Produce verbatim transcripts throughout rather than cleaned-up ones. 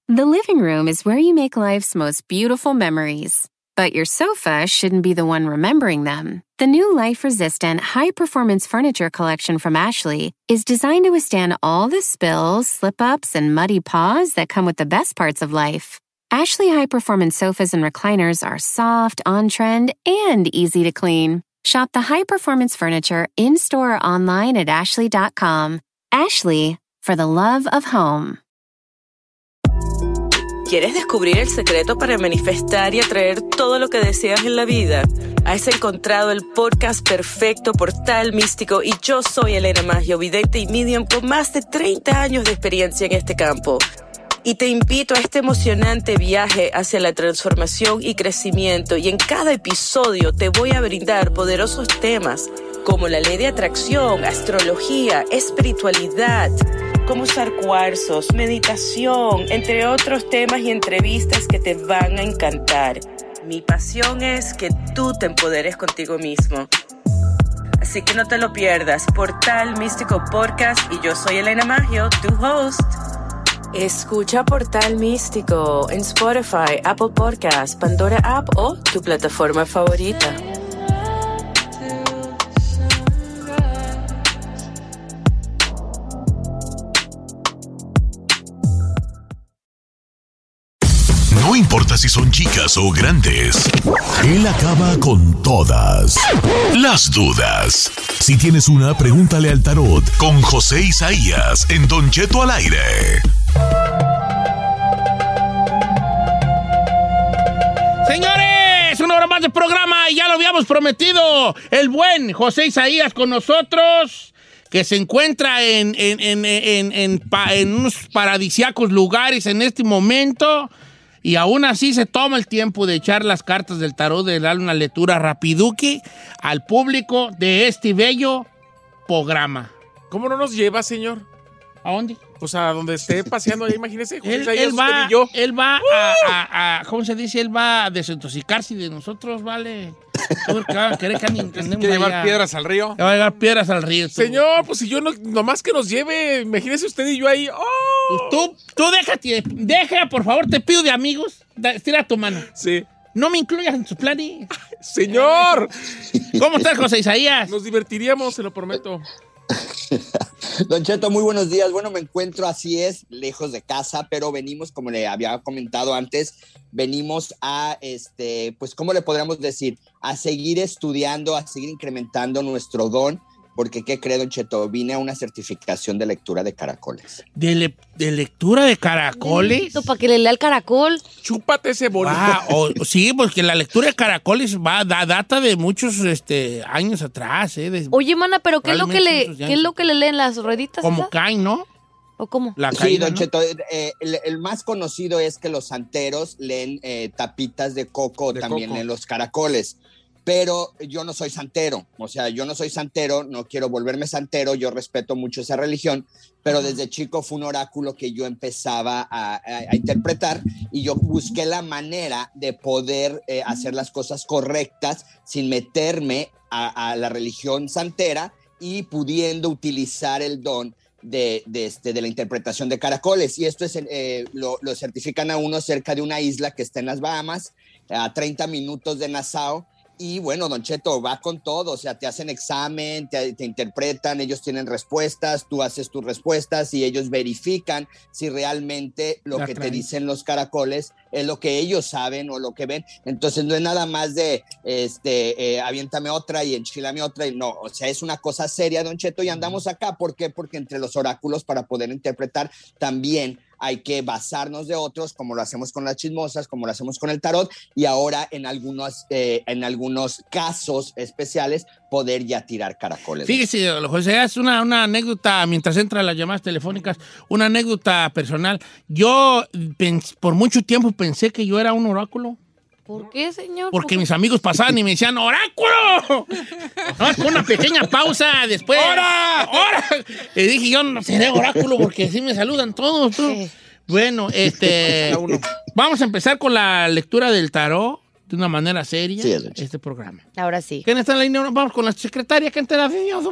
The living room is where you make life's most beautiful memories. But your sofa shouldn't be the one remembering them. The new life-resistant, high-performance furniture collection from Ashley is designed to withstand all the spills, slip-ups, and muddy paws that come with the best parts of life. Ashley high-performance sofas and recliners are soft, on-trend, and easy to clean. Shop the high-performance furniture in-store or online at ashley dot com. Ashley, for the love of home. ¿Quieres descubrir el secreto para manifestar y atraer todo lo que deseas en la vida? Has encontrado el podcast perfecto, Portal Místico, y yo soy Elena Maggio, vidente y medium con más de treinta años de experiencia en este campo. Y te invito a este emocionante viaje hacia la transformación y crecimiento, y en cada episodio te voy a brindar poderosos temas como la ley de atracción, astrología, espiritualidad, cómo usar cuarzos, meditación, entre otros temas y entrevistas que te van a encantar. Mi pasión es que tú te empoderes contigo mismo. Así que no te lo pierdas. Portal Místico Podcast y yo soy Elena Maggio, tu host. Escucha Portal Místico en Spotify, Apple Podcasts, Pandora App o tu plataforma favorita. No importa si son chicas o grandes, él acaba con todas las dudas. Si tienes una, pregúntale al tarot con José Isaías en Don Cheto al aire. Señores, una hora más de programa y ya lo habíamos prometido. El buen José Isaías con nosotros, que se encuentra en, en, en, en, en, en, en unos paradisíacos lugares en este momento. Y aún así se toma el tiempo de echar las cartas del tarot, de dar una lectura rapiduki al público de este bello programa. ¿Cómo no nos lleva, señor? ¿A dónde? Pues a donde esté paseando ahí, imagínese. Él, él va, él va a, a, a, ¿cómo se dice? Él va a desintoxicarse de nosotros, ¿vale? Que va a querer que andemos ¿Quiere llevar allá. piedras al río? Va a llevar piedras al río. Tú. Señor, pues si yo no, nomás que nos lleve, imagínese usted y yo ahí. ¡Oh! Tú, tú déjate, deja, por favor, te pido de amigos. Da, estira tu mano. Sí. No me incluyas en tus planes. Señor. ¿Cómo estás, José Isaías? Nos divertiríamos, se lo prometo. Don Cheto, muy buenos días. Bueno, me encuentro, así es, lejos de casa, pero venimos, como le había comentado antes, venimos a, este, pues, ¿cómo le podríamos decir? A seguir estudiando, a seguir incrementando nuestro don, porque, ¿qué cree, Don Cheto? Vine a una certificación de lectura de caracoles. ¿De, le, de lectura de caracoles? Para que le lea el caracol. Chúpate ese bonito. Ah, o, sí, porque la lectura de caracoles va, da, data de muchos este, años atrás. Eh, de, Oye, mana, pero ¿qué es, lo que le, ¿qué es lo que le leen las rueditas? Como esas? caen, ¿no? ¿O cómo? La Sí, caída, Don ¿no? Cheto, eh, el, el más conocido es que los santeros leen eh, tapitas de coco, De también coco. leen los caracoles. Pero yo no soy santero, o sea, yo no soy santero, no quiero volverme santero, yo respeto mucho esa religión, pero desde chico fue un oráculo que yo empezaba a, a, a interpretar y yo busqué la manera de poder eh, hacer las cosas correctas sin meterme a, a la religión santera y pudiendo utilizar el don de, de, este, de la interpretación de caracoles. Y esto es, eh, lo, lo certifican a uno cerca de una isla que está en las Bahamas, a treinta minutos de Nassau. Y bueno, Don Cheto, va con todo, o sea, te hacen examen, te, te interpretan, ellos tienen respuestas, tú haces tus respuestas y ellos verifican si realmente lo La que traen. te dicen los caracoles es lo que ellos saben o lo que ven. Entonces no es nada más de, este, eh, aviéntame otra y enchilame otra, y no, o sea, es una cosa seria, Don Cheto, y andamos acá. ¿Por qué? Porque entre los oráculos, para poder interpretar, también hay que basarnos de otros, como lo hacemos con las chismosas, como lo hacemos con el tarot, y ahora en algunos, eh, en algunos casos especiales poder ya tirar caracoles. Fíjese, José, es una, una anécdota, mientras entran las llamadas telefónicas, una anécdota personal. Yo pens- por mucho tiempo pensé que yo era un oráculo. ¿Por qué, señor? Porque mis amigos pasaban y me decían, ¡oráculo! No, con una pequeña pausa después. ¡Hora! ¡Hora! Y dije, yo no seré oráculo porque así me saludan todos. ¿Tú? Sí. Bueno, este... vamos a empezar con la lectura del tarot de una manera seria. Sí, es hecho. Este programa. Ahora sí. ¿Quién está en la línea? Vamos con la secretaria. ¿Quién está en la línea?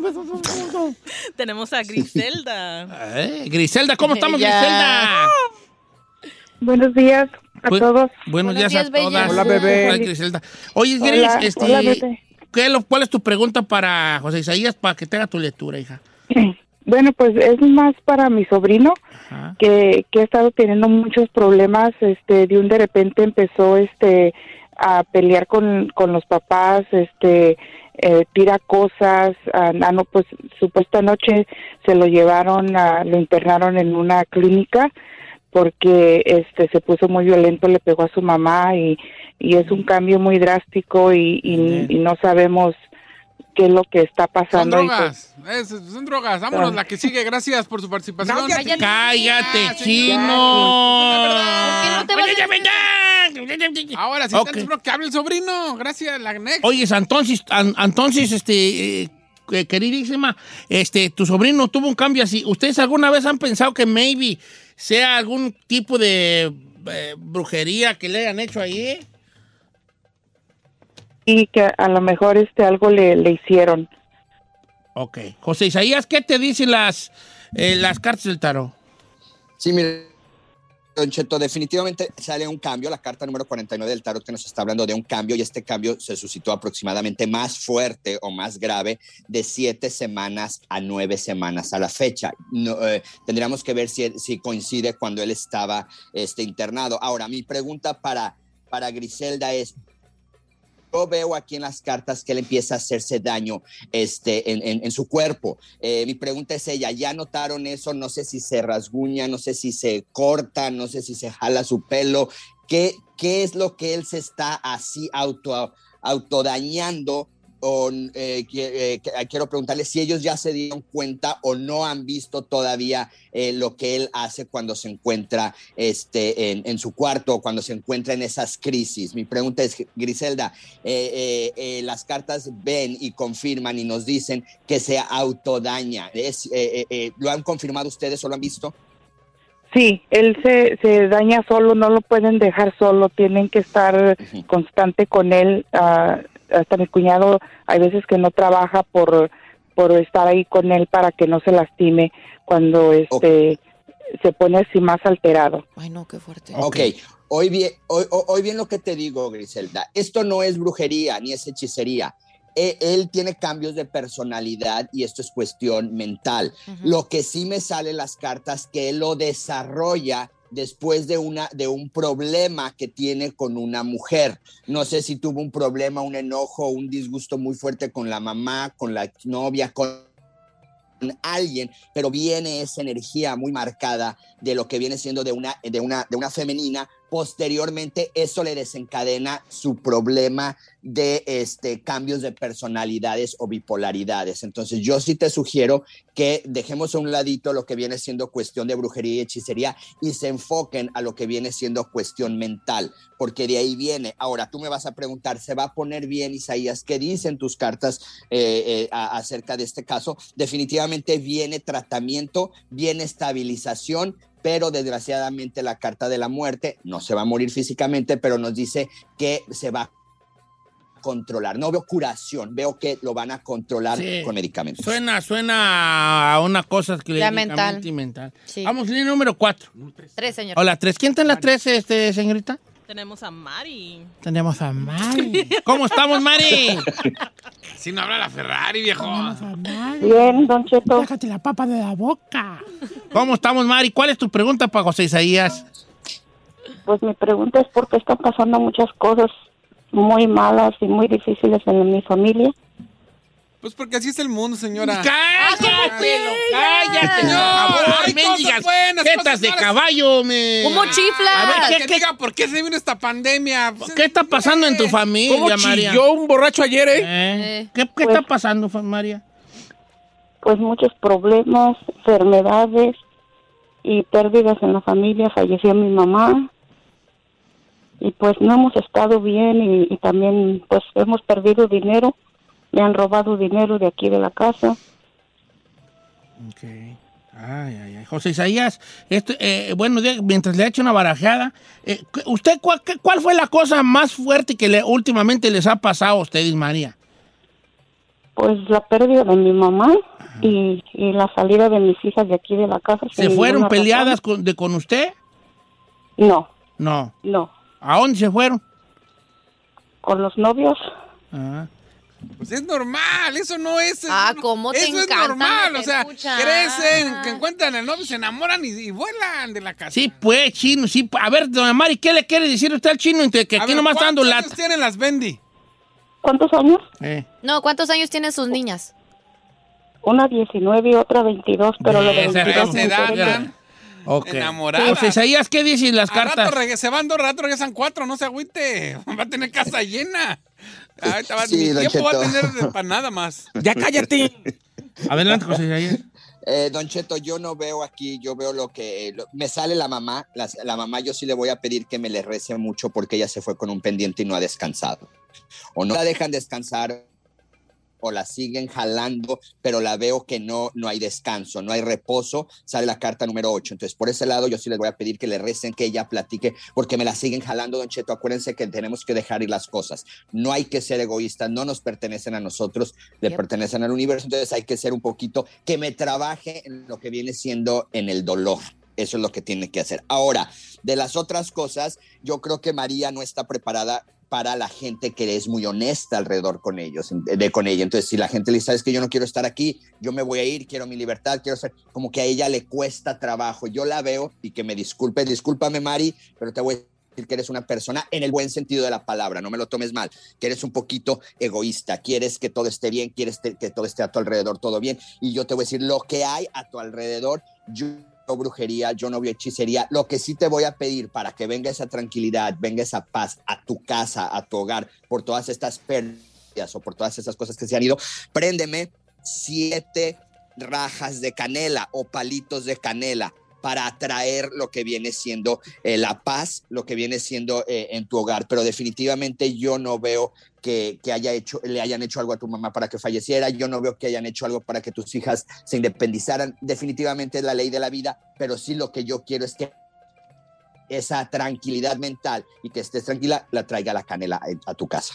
Tenemos a Griselda. Eh, Griselda, ¿cómo estamos, Ya. Griselda? Buenos días a Bu- todos. Buenos, Buenos días, días, a bella. todas. Hola, bebé. Hola, Griselda. Oye, Gris, Hola, este, hola, bebé. ¿qué es lo- ¿cuál es tu pregunta para José Isaías para que tenga tu lectura, hija? Bueno, pues es más para mi sobrino Ajá. que, que ha estado teniendo muchos problemas. Este, de un de repente empezó este a pelear con, con los papás, este, eh, tira cosas. Ah, ah, no, pues supuesta noche se lo llevaron, a, lo internaron en una clínica porque este se puso muy violento, le pegó a su mamá y, y es un cambio muy drástico y, y, Bien. y no sabemos qué es lo que está Son pasando. y pues, drogas. Es- son drogas. Vámonos, la que sigue. Gracias por su participación. No, Cállate. ¡Cállate, Ah, chino! ¿Por qué no te vas a- Oye, ya, ya. Ahora, si Ok. están diciendo que hable el sobrino. Gracias, la next. Oye, entonces, an- entonces, este, eh, eh, queridísima, este, tu sobrino tuvo un cambio así. ¿Ustedes alguna vez han pensado que maybe sea algún tipo de eh, brujería que le hayan hecho ahí? y que a lo mejor este algo le, le hicieron. Ok. José Isaías, ¿qué te dicen las, eh, las cartas del tarot? Sí, mire, Don Cheto, definitivamente sale un cambio. La carta número cuarenta y nueve del tarot que nos está hablando de un cambio, y este cambio se suscitó aproximadamente más fuerte o más grave de siete semanas a nueve semanas a la fecha. No, eh, tendríamos que ver si, si coincide cuando él estaba este, internado. Ahora, mi pregunta para, para Griselda es, yo veo aquí en las cartas que él empieza a hacerse daño este, en, en, en su cuerpo. Eh, mi pregunta es ella, ¿ya notaron eso? No sé si se rasguña, no sé si se corta, no sé si se jala su pelo. ¿Qué, qué es lo que él se está así auto, autodañando? O, eh, que, eh, quiero preguntarle si ellos ya se dieron cuenta o no han visto todavía eh, lo que él hace cuando se encuentra este, en, en su cuarto, cuando se encuentra en esas crisis. Mi pregunta es, Griselda, eh, eh, eh, las cartas ven y confirman y nos dicen que se autodaña. Es, eh, eh, ¿Lo han confirmado ustedes o lo han visto? Sí, él se, se daña solo, no lo pueden dejar solo, tienen que estar uh-huh. constante con él. Uh, hasta mi cuñado hay veces que no trabaja por, por estar ahí con él para que no se lastime cuando este okay. se pone así más alterado. Ay, no, qué fuerte. Ok, okay. Hoy, bien, hoy, hoy bien lo que te digo, Griselda, esto no es brujería ni es hechicería. Él, él tiene cambios de personalidad y esto es cuestión mental. Uh-huh. Lo que sí me sale en las cartas que él lo desarrolla después de, una, de un problema que tiene con una mujer. No sé si tuvo un problema, un enojo, un disgusto muy fuerte con la mamá, con la novia, con alguien, pero viene esa energía muy marcada de lo que viene siendo de una, de una, de una femenina. Posteriormente eso le desencadena su problema de este, cambios de personalidades o bipolaridades. Entonces yo sí te sugiero que dejemos a un ladito lo que viene siendo cuestión de brujería y hechicería y se enfoquen a lo que viene siendo cuestión mental, porque de ahí viene. Ahora tú me vas a preguntar, ¿se va a poner bien, Isaías? ¿Qué dicen tus cartas eh, eh, a, acerca de este caso? Definitivamente viene tratamiento, viene estabilización, pero desgraciadamente la carta de la muerte no se va a morir físicamente, pero nos dice que se va a controlar. No veo curación, veo que lo van a controlar sí. con medicamentos. Suena, suena a una cosa que ya mental. Y mental. Sí. Vamos, línea número cuatro. Tres, señor. Hola, tres. ¿Quién está en la tres, este, señorita? Tenemos a Mari. Tenemos a Mari. ¿Cómo estamos, Mari? Si no habla la Ferrari, viejo. Tenemos a Mari. Bien, Don Cheto. Déjate la papa de la boca. ¿Cómo estamos, Mari? ¿Cuál es tu pregunta para José Isaías? Pues mi pregunta es por qué están pasando muchas cosas muy malas y muy difíciles en mi familia. Pues porque así es el mundo, señora. ¡Cállate! ¡Cállate! No, hay mendigas cosas buenas, jetas cosas de malas. caballo, me... ¿Cómo chiflas? A ver, ¿qué, que qué, diga por qué se vino esta pandemia. ¿Qué está pasando en tu familia, ¿Cómo María? chilló un borracho ayer, eh? ¿Eh? ¿Qué, qué está pasando, María? Pues muchos problemas, enfermedades y pérdidas en la familia. Falleció mi mamá y pues no hemos estado bien y, y también pues hemos perdido dinero. Me han robado dinero de aquí de la casa. Ok. Ay, ay, ay. José Isaías, esto, eh, bueno, mientras le ha hecho una barajada, eh, ¿usted cuál, cuál fue la cosa más fuerte que le, últimamente les ha pasado a ustedes, María? Pues la pérdida de mi mamá y, y la salida de mis hijas de aquí de la casa. ¿Se fueron peleadas con, de, con usted? No, No. no. ¿A dónde se fueron? Con los novios. Ah. Pues es normal, eso no es... Ah, eso, cómo te eso encanta es normal, meter o sea, cuchara. crecen, que encuentran al novio, se enamoran y, y vuelan de la casa. Sí, pues, chino, sí. A ver, doña Mari, ¿qué le quiere decir usted al chino? Que, que A aquí ver, nomás está dando ¿cuántos lata. años tienen las Bendy? ¿Cuántos años? Eh. No, ¿cuántos años tienen sus niñas? Una diecinueve y otra veintidós, pero lo de Esa- veintidós esa edad, me ¿verdad? Ok. Enamoradas. Pues, Isaías, ¿qué dicen las Al cartas? rato reg- se van dos, rato regresan cuatro, no se agüite. Va a tener casa llena. Ahorita va- Sí, mi Don tiempo va a Cheto. tener para nada más. Ya cállate. Adelante, José Isaías. Eh, Don Cheto, yo no veo aquí, yo veo lo que... lo- me sale la mamá, la, la mamá yo sí le voy a pedir que me le rece mucho porque ella se fue con un pendiente y no ha descansado. O no la dejan descansar o la siguen jalando, pero la veo que no, no hay descanso, no hay reposo, sale la carta número ocho. Entonces, por ese lado, yo sí les voy a pedir que le recen, que ella platique, porque me la siguen jalando, Don Cheto. Acuérdense que tenemos que dejar ir las cosas. No hay que ser egoístas, no nos pertenecen a nosotros, le Yep. pertenecen al universo. Entonces, hay que ser un poquito, que me trabaje en lo que viene siendo en el dolor. Eso es lo que tiene que hacer. Ahora, de las otras cosas, yo creo que María no está preparada para la gente que es muy honesta alrededor con ellos, de con ella. Entonces, si la gente le dice, sabes que yo no quiero estar aquí, yo me voy a ir, quiero mi libertad, quiero ser, como que a ella le cuesta trabajo. Yo la veo, y que me disculpe, discúlpame, Mari, pero te voy a decir que eres una persona en el buen sentido de la palabra, no me lo tomes mal, que eres un poquito egoísta, quieres que todo esté bien, quieres te, que todo esté a tu alrededor, todo bien, y yo te voy a decir, lo que hay a tu alrededor, yo no brujería, yo no veo hechicería. Lo que sí te voy a pedir para que venga esa tranquilidad, venga esa paz a tu casa, a tu hogar, por todas estas pérdidas o por todas esas cosas que se han ido, préndeme siete rajas de canela o palitos de canela para atraer lo que viene siendo eh, la paz, lo que viene siendo eh, en tu hogar. Pero definitivamente yo no veo que, que haya hecho, le hayan hecho algo a tu mamá para que falleciera, yo no veo que hayan hecho algo para que tus hijas se independizaran. Definitivamente es la ley de la vida, pero sí lo que yo quiero es que esa tranquilidad mental y que estés tranquila la traiga la canela a, a tu casa.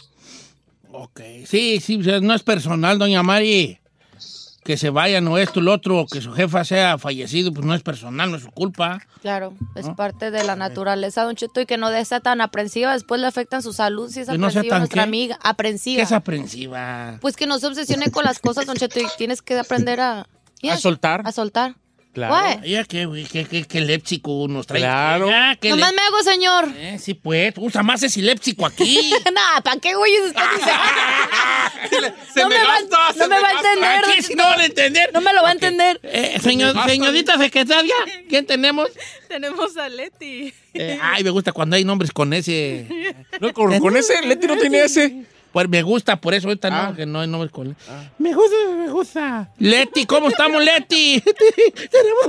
Ok. Sí, sí, o sea, no es personal, doña Mari. Que se vayan o esto, lo otro, o que su jefa sea fallecido, pues no es personal, no es su culpa. Claro, es ¿No? parte de la naturaleza, Don Cheto, y que no sea tan aprensiva, después le afectan su salud si es Que no sea aprensiva tan nuestra ¿qué? amiga, ¿Qué aprensiva. es aprensiva? Pues que no se obsesione con las cosas, Don Cheto, y tienes que aprender a... A soltar. A soltar. Claro. What? Ya que, güey, que, que, que léxico nos trae. Claro. Ya, que Nomás lé- me hago, señor. Eh, sí, pues, usa más ese léxico aquí. Nah, ¿para qué, güey? Usted dice... Se no me me, va, gasta, se no me me va a gasta. entender. ¿Para Don qué si Cheto. no van a entender? No me lo va a Ok. entender. Eh, señor, señorita secretaria, ¿quién tenemos? Tenemos a Leti. Eh, ay, me gusta cuando hay nombres con ese. No, con, con ese, Leti no tiene ese. Pues me gusta, por eso ahorita Ah. no, que no hay nombres con Me gusta, me gusta. Leti, ¿cómo estamos, Leti? Tenemos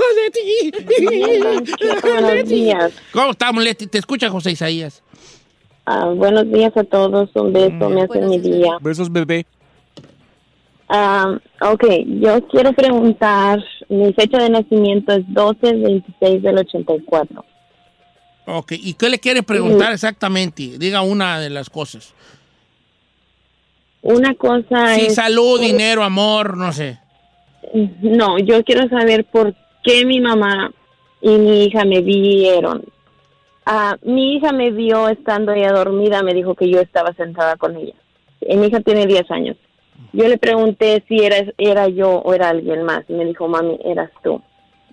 a Leti. Buenos días. ¿Cómo estamos, Leti? Te escucha José Isaías. Ah, buenos días a todos. Un beso, me hacen mi día. Besos, bebé. Ah, ok, yo quiero preguntar, mi fecha de nacimiento es doce veintiséis del ochenta y cuatro. Ok, ¿y qué le quiere preguntar exactamente? Diga una de las cosas. Una cosa Sí, es... salud, dinero, amor, no sé. No, yo quiero saber por qué mi mamá y mi hija me vieron. Ah, mi hija me vio estando ella dormida, me dijo que yo estaba sentada con ella. Y mi hija tiene diez años. Yo le pregunté si era, era yo o era alguien más. Y me dijo, mami, eras tú.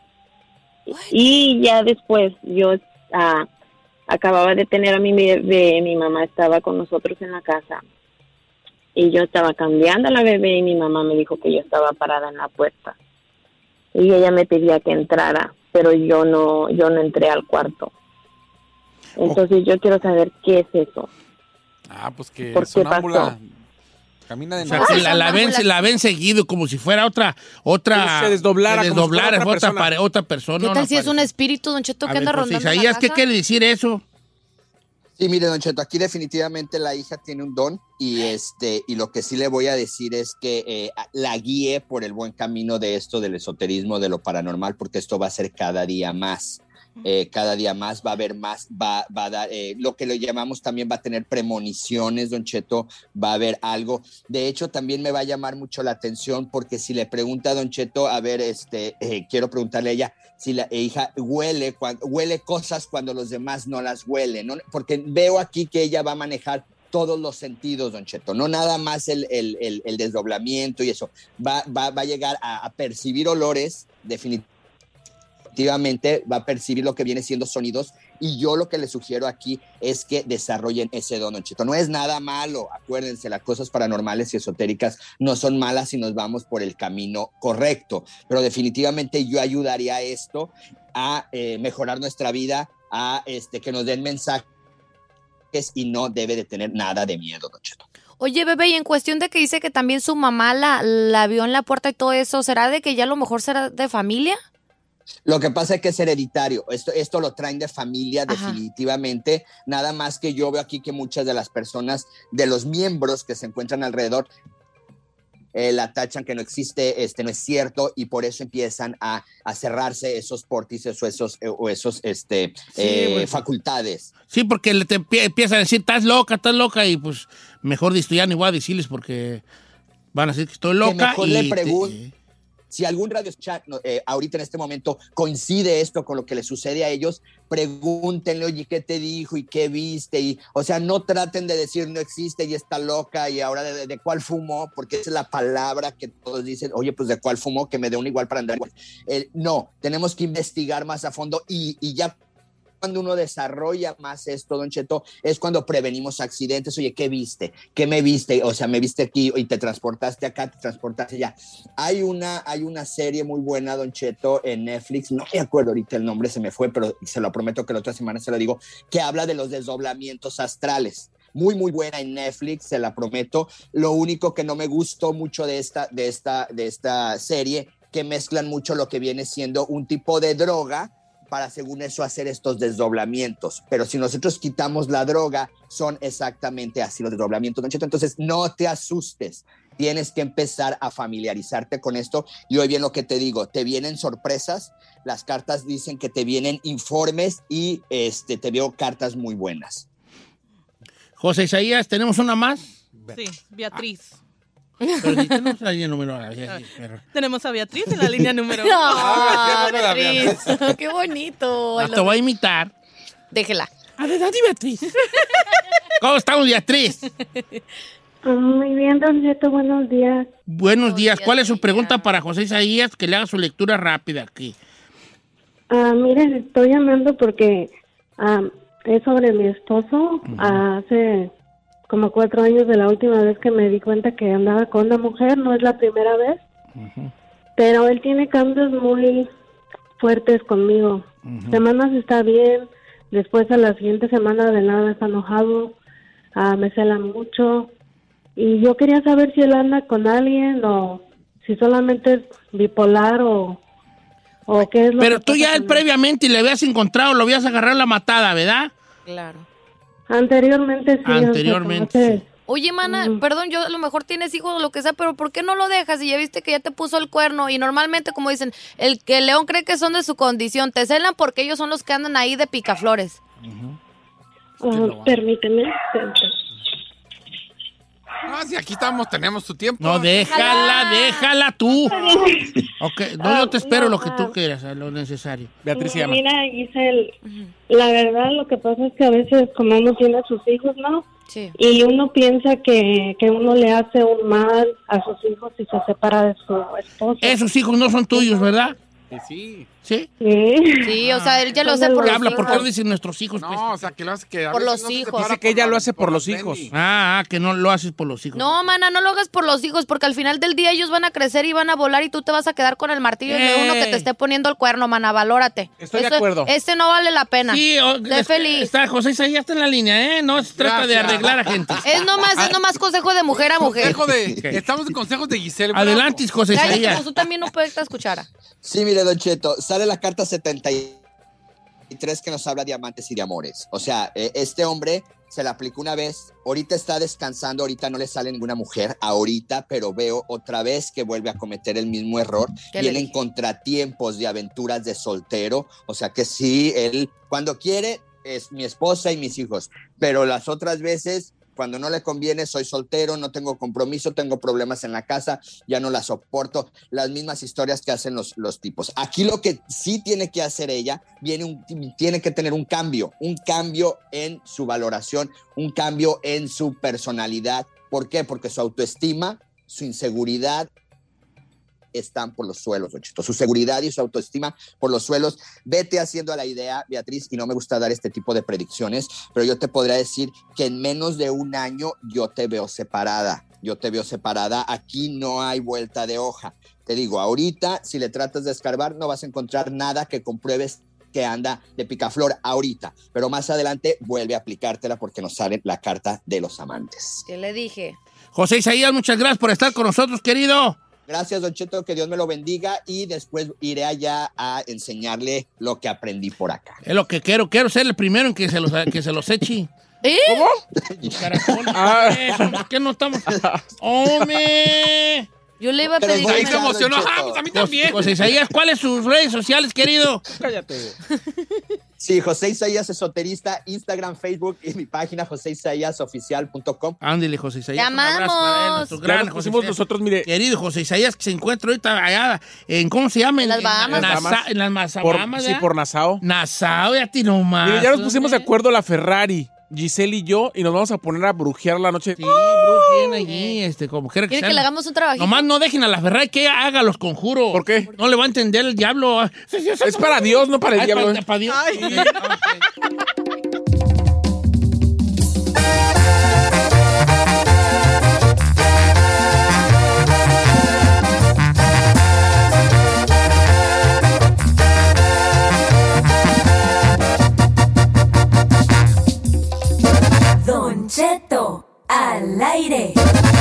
Y ya después yo ah, acababa de tener a mi bebé, mi mamá estaba con nosotros en la casa. Y yo estaba cambiando a la bebé y mi mamá me dijo que yo estaba parada en la puerta. Y ella me pedía que entrara, pero yo no, yo no entré al cuarto. Entonces yo quiero saber qué es eso. Ah, pues que ¿Por es qué sonámbula. pasó? Camina de O sea, noche. que la, la ven, la ven seguido como si fuera otra, otra, Como si se desdoblara, se como si fuera desdoblara, otra otra, persona. pare- otra persona. ¿Qué tal una si es un pareja. espíritu, Don Cheto, A que ver, anda José rondando en la Isaías, ¿qué casa? quiere decir eso? Sí, mire, Don Cheto, aquí definitivamente la hija tiene un don y este y lo que sí le voy a decir es que eh, la guíe por el buen camino de esto del esoterismo, de lo paranormal, porque esto va a ser cada día más. eh, cada día más, va a haber más, va, va a dar, eh, lo que le llamamos también va a tener premoniciones, Don Cheto, va a haber algo. De hecho, también me va a llamar mucho la atención porque si le pregunta a Don Cheto, a ver, este, eh, quiero preguntarle a ella, si la hija huele, cuando, huele cosas cuando los demás no las huelen, ¿no? Porque veo aquí que ella va a manejar todos los sentidos, Don Cheto, no nada más el, el, el, el desdoblamiento y eso, va, va, va a llegar a, a percibir olores, definitivamente va a percibir lo que viene siendo sonidos, y yo lo que le sugiero aquí es que desarrollen ese don, Don Cheto. No es nada malo, acuérdense, las cosas paranormales y esotéricas no son malas si nos vamos por el camino correcto, pero definitivamente yo ayudaría a esto a eh, mejorar nuestra vida, a este, que nos den mensajes, y no debe de tener nada de miedo, Don Cheto. Oye, bebé, y en cuestión de que dice que también su mamá la, la vio en la puerta y todo eso, ¿será de que ya a lo mejor será de familia? Lo que pasa es que es hereditario, esto, esto lo traen de familia. Ajá. Definitivamente, nada más que yo veo aquí que muchas de las personas, de los miembros que se encuentran alrededor, Eh, la tachan que no existe, este no es cierto, y por eso empiezan a, a cerrarse esos pórtices o esos, eh, o esos este, sí, eh, bueno. facultades. Sí, porque te empiezan a decir, estás loca, estás loca, y pues mejor ya ni voy a decirles porque van a decir que estoy loca. Que mejor y le pregunto. Te... Si algún radio chat eh, ahorita en este momento coincide esto con lo que le sucede a ellos, pregúntenle, oye, ¿qué te dijo y qué viste? Y, o sea, no traten de decir no existe y está loca y ahora de, de, de cuál fumó, porque esa es la palabra que todos dicen, oye, pues de cuál fumó, que me dé un igual para andar igual. Eh, no, tenemos que investigar más a fondo y, y ya cuando uno desarrolla más esto, Don Cheto, es cuando prevenimos accidentes. Oye, ¿qué viste? ¿Qué me viste? O sea, me viste aquí y te transportaste acá, te transportaste allá. Hay una, hay una serie muy buena, Don Cheto, en Netflix, no me acuerdo ahorita el nombre, se me fue, pero se lo prometo que la otra semana se lo digo, que habla de los desdoblamientos astrales. Muy, muy buena en Netflix, se la prometo. Lo único que no me gustó mucho de esta, de esta, de esta serie, que mezclan mucho lo que viene siendo un tipo de droga para, según eso, hacer estos desdoblamientos. Pero si nosotros quitamos la droga, son exactamente así los desdoblamientos, Don Cheto. Entonces, no te asustes. Tienes que empezar a familiarizarte con esto. Y hoy bien lo que te digo, te vienen sorpresas. Las cartas dicen que te vienen informes y este, te veo cartas muy buenas. José Isaías, ¿tenemos una más? Sí, Beatriz. Ah. Pero si tenemos la línea número uno. Pero... Tenemos a Beatriz en la línea número uno. No, Beatriz. Qué bonito. No, te voy a imitar. Déjela. Adelante, Beatriz. ¿Cómo estamos, Beatriz? Muy bien, Don Cheto, buenos días. Buenos días. ¿Cuál es su pregunta para José Isaías? Que le haga su lectura rápida aquí. Uh, miren, estoy llamando porque um, es sobre mi esposo. Uh-huh. Hace como cuatro años de la última vez que me di cuenta que andaba con una mujer, no es la primera vez, uh-huh. pero él tiene cambios muy fuertes conmigo. Uh-huh. Semanas está bien, después a la siguiente semana de nada está enojado, uh, me cela mucho, y yo quería saber si él anda con alguien o si solamente es bipolar o, o qué es lo pero que tú ya él él previamente le habías encontrado, lo habías agarrado la matada, ¿verdad? Claro. Anteriormente sí. Anteriormente. O sea, sí. Oye, mana, mm. perdón, yo a lo mejor tienes hijos o lo que sea, pero ¿por qué no lo dejas? Y ya viste que ya te puso el cuerno. Y normalmente, como dicen, el que el león cree que son de su condición. Te celan porque ellos son los que andan ahí de picaflores. Uh-huh. Uh, permíteme. No, si aquí estamos, tenemos tu tiempo. No, déjala, déjala tú. Ok, no, yo te espero no, lo que tú uh, quieras, lo necesario. Beatriz se llama. Mira, Giselle, la verdad lo que pasa es que a veces como uno tiene a sus hijos, ¿no? Sí. Y uno piensa que, que uno le hace un mal a sus hijos y se separa de su esposo. Esos hijos no son tuyos, ¿verdad? Sí. ¿Sí? Sí. Sí, o sea, él ya lo hace por los habla, hijos. ¿por qué no dicen nuestros hijos? No, Pues? o sea, que lo hace que... Por los no hijos. Dice que ella lo hace por, por los hijos. Ah, ah, que no lo haces por los hijos. No, mana, no lo hagas por los hijos, porque al final del día ellos van a crecer y van a volar y tú te vas a quedar con el martillo eh. de uno que te esté poniendo el cuerno, mana, valórate. Estoy Eso, de acuerdo. Este no vale la pena. Sí, o, sé feliz. Está, José Isaías está en la línea, ¿eh? No se trata Gracias. de arreglar a gente. Es nomás, es nomás consejo de mujer a mujer. Consejo de, estamos en consejos de Giselle. Adelante, José Cállate, Isaías. como tú también no puedes escuchar. Sí, mire, Don Cheto, sale la carta setenta y tres que nos habla de amantes y de amores. O sea, eh, este hombre se la aplicó una vez, ahorita está descansando, ahorita no le sale ninguna mujer, ahorita, pero veo otra vez que vuelve a cometer el mismo error. Vienen contratiempos de aventuras de soltero, o sea que sí, él cuando quiere es mi esposa y mis hijos, pero las otras veces, cuando no le conviene, soy soltero, no tengo compromiso, tengo problemas en la casa, ya no la soporto, las mismas historias que hacen los, los tipos. Aquí lo que sí tiene que hacer ella, viene un, tiene que tener un cambio, un cambio en su valoración, un cambio en su personalidad. ¿Por qué? Porque su autoestima, su inseguridad están por los suelos, Don Cheto. Su seguridad y su autoestima por los suelos. Vete haciendo a la idea, Beatriz, y no me gusta dar este tipo de predicciones, pero yo te podría decir que en menos de un año yo te veo separada. Yo te veo separada. Aquí no hay vuelta de hoja. Te digo, ahorita, si le tratas de escarbar, no vas a encontrar nada que compruebes que anda de picaflor ahorita, pero más adelante vuelve a aplicártela porque nos sale la carta de los amantes. ¿Qué le dije? José Isaías, muchas gracias por estar con nosotros, querido. Gracias, Don Cheto, que Dios me lo bendiga y después iré allá a enseñarle lo que aprendí por acá. Es lo que quiero, quiero ser el primero en que se los, que se los eche. ¿Eh? ¿Cómo? Caracol, ¿por qué no estamos? ¡Hombre! Yo le iba a Pero pedir... voy Ahí a se Don emocionó. Cheto. Ah, pues a mí también. José Isaías, ¿cuáles sus redes sociales, querido? Cállate. Sí, José Isaías Esoterista, Instagram, Facebook y mi página josé isaías oficial punto com. Ándale, José Isaías. ¡Te Un abrazo amamos! para él, nuestro Ya gran nos José pusimos Isaías. nosotros, mire, Querido José Isaías, que se encuentra ahorita allá en, ¿cómo se llama? En las Bahamas. En, Las Nasa- Bahamas. en las Maza- por, Bahamas, sí, ¿verdad? por Nassau. Nassau, ya ti nomás. Mire, ya nos pusimos de ¿eh? acuerdo la Ferrari, Giselle y yo, y nos vamos a poner a brujear la noche. Sí, brujien allí, este, como quiera que ¿Quiere sea. que le hagamos un trabajito? Nomás no dejen a la Ferrari que ella haga los conjuros. ¿Por qué? No le va a entender el diablo. Es para Dios, no para el Ay, diablo. para, para Dios. Ay. Sí, ok. Don Cheto al aire.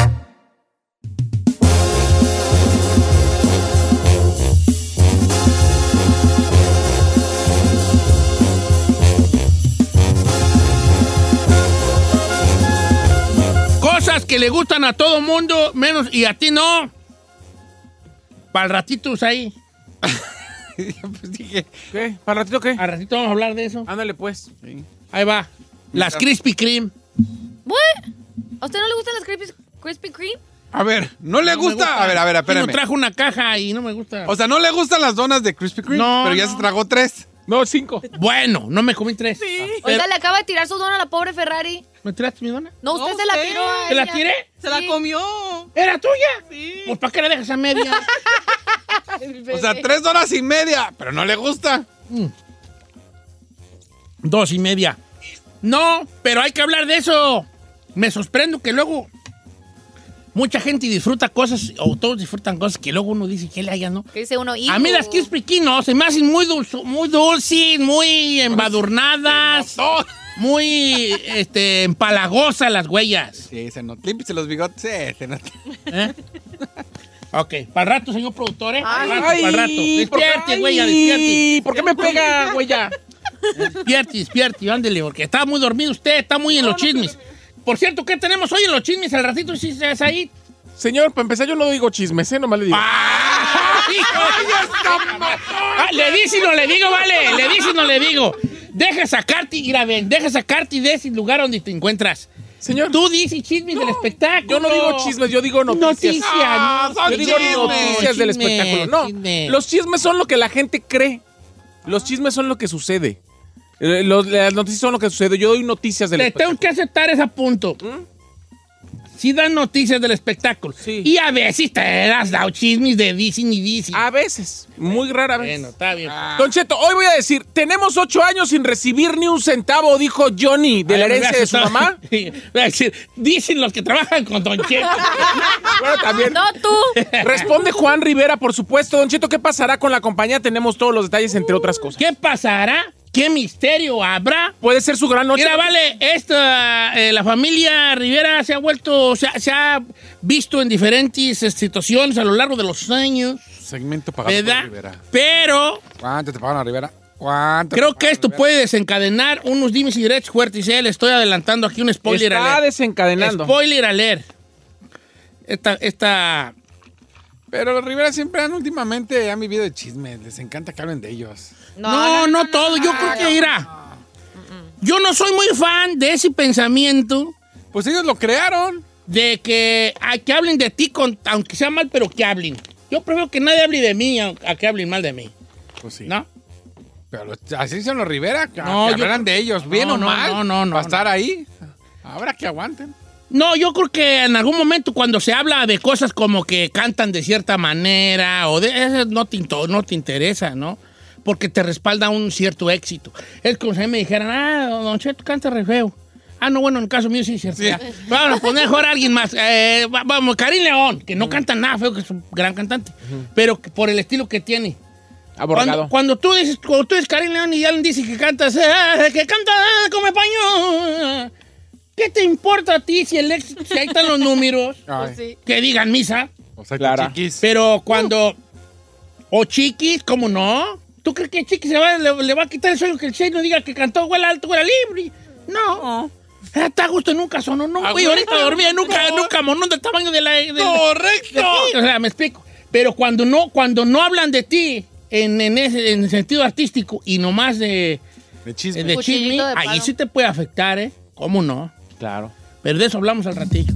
Cosas que le gustan a todo mundo, menos y a ti no. Para el ratito ahí. Pues dije, ¿qué? ¿Para ratito qué? Al ratito vamos a hablar de eso. Ándale, pues. Ahí va. Las Krispy Kreme. ¿What? ¿A usted no le gustan las Krispy, Krispy Kreme? A ver, ¿no le No me gusta? A ver, a ver, Sí, espérame. nos trajo una caja y no me gusta. O sea, ¿no le gustan las donas de Krispy Kreme? No, Pero ya no. se tragó tres. No, cinco. Bueno, no me comí tres. Sí. Pero- Oiga, le acaba de tirar su dona a la pobre Ferrari. ¿Me tiraste mi dona? No, usted No, se la usted. tiró a ¿Te la ella. tiré? Se la Sí. comió. ¿Era tuya? Sí. Pues ¿para qué la dejas a media? O sea, tres donas y media. Pero no le gusta. Dos y media. No, pero hay que hablar de eso. Me sorprendo que luego mucha gente disfruta cosas, o todos disfrutan cosas que luego uno dice que le haya, ¿no? ¿Qué dice uno? A mí las Krispy Kreme no, se me hacen muy, dulce, muy dulces, muy embadurnadas, muy este, empalagosas las huellas. Sí, se nota. Límpiese los bigotes. Sí, se nota. ¿Eh? Ok, para el rato, señor productor, ¿eh? Para el rato, Ay, para el rato. ¿por qué? Despierte, güey, despierte. ¿Por qué me pega, güey, ya? Despierte, despierte, ándele, porque está muy dormido usted, está muy en los chismes. Por cierto, ¿qué tenemos hoy en los chismes? Al ratito, sí, es ahí. Señor, para empezar, yo no digo chismes, ¿eh? Nomás le digo. ¡Ah! Ah, le dice y no le digo, vale. Le dice y no le digo. Deja sacarte, mira, ven, deja sacarte de ese lugar donde te encuentras. Señor. Tú dices chismes del espectáculo. Yo no digo chismes, yo digo noticias. Noticias, Ah, no, yo digo chismes, noticias del chismes, espectáculo. No, chismes. los chismes son lo que la gente cree. Los chismes son lo que sucede. Eh, los- las noticias son lo que sucede. Yo doy noticias del Te espectáculo. tengo que aceptar ese punto. Sí dan noticias del espectáculo. Sí. Y a veces te has dado chismes de Disney y Disney. A veces, muy rara vez. Bueno, está bien. Don Cheto, hoy voy a decir, tenemos ocho años sin recibir ni un centavo, dijo Johnny, de la Ay, herencia de su gracias. mamá. Voy a decir, dicen los que trabajan con Don Cheto. Bueno, también. No, tú. Responde Juan Rivera, por supuesto. Don Cheto, ¿qué pasará con la compañía? Tenemos todos los detalles, entre otras cosas. ¿Qué pasará? ¿Qué misterio habrá? Puede ser su gran noche. Mira, vale, esta, eh, la familia Rivera se ha vuelto, se ha, se ha visto en diferentes eh, situaciones a lo largo de los años, Segmento pagado ¿verdad? por Rivera. Pero ¿Cuánto te pagan a Rivera? ¿Cuánto? Creo que esto puede desencadenar unos dimes y directos fuertes. ¿eh? Le estoy adelantando aquí un spoiler Está alert. desencadenando. Spoiler alert. Esta, esta... Pero los Rivera siempre han últimamente han vivido de chismes. Les encanta que hablen de ellos. No, no, no, no todo. Yo creo que irá. Yo no soy muy fan de ese pensamiento. Pues ellos lo crearon. De que, a, que hablen de ti, con, aunque sea mal, pero que hablen. Yo prefiero que nadie hable de mí a, a que hablen mal de mí. Pues sí. ¿No? Pero los, así son los Rivera, que, No, que yo- hablan de ellos, bien No, o no, mal, no, no, no, para estar no. ahí. Habrá que aguanten. No, yo creo que en algún momento cuando se habla de cosas como que cantan de cierta manera o de eso no te, into- no te interesa, ¿no? Porque te respalda un cierto éxito. Es como si a mí me dijeran, ah, Don Cheto canta re feo. Ah, no, bueno, en el caso mío sí es cierto. Ya. Vamos a poner mejor a alguien más. Eh, va- vamos, Karim León, que no canta nada feo, que es un gran cantante, pero que por el estilo que tiene. Aborregado. Cuando, cuando tú dices, cuando tú eres Karim León y alguien dice que cantas, eh, que canta eh, como español. ¿Qué te importa a ti si el éxito, si ahí están los números? Ay. Sí. Que digan misa. O sea, Clara. que chiquis. Pero cuando... O Chiquis, ¿cómo no? ¿Tú crees que Chiquis se va, le, le va a quitar el sueño que el Shane diga que cantó huela alto, huela libre? No. Está a gusto en un caso, no, no. Ah, Güey, güey, ahorita dormía nunca, nunca monón del tamaño de la... de la- ¡Correcto! de ti. O sea, me explico. Pero cuando no, cuando no hablan de ti en, en ese en sentido artístico y nomás de, De chisme. de Cuchillito chisme, de palo. ahí sí te puede afectar, ¿eh? ¿Cómo no? Claro. Pero de eso hablamos al ratillo.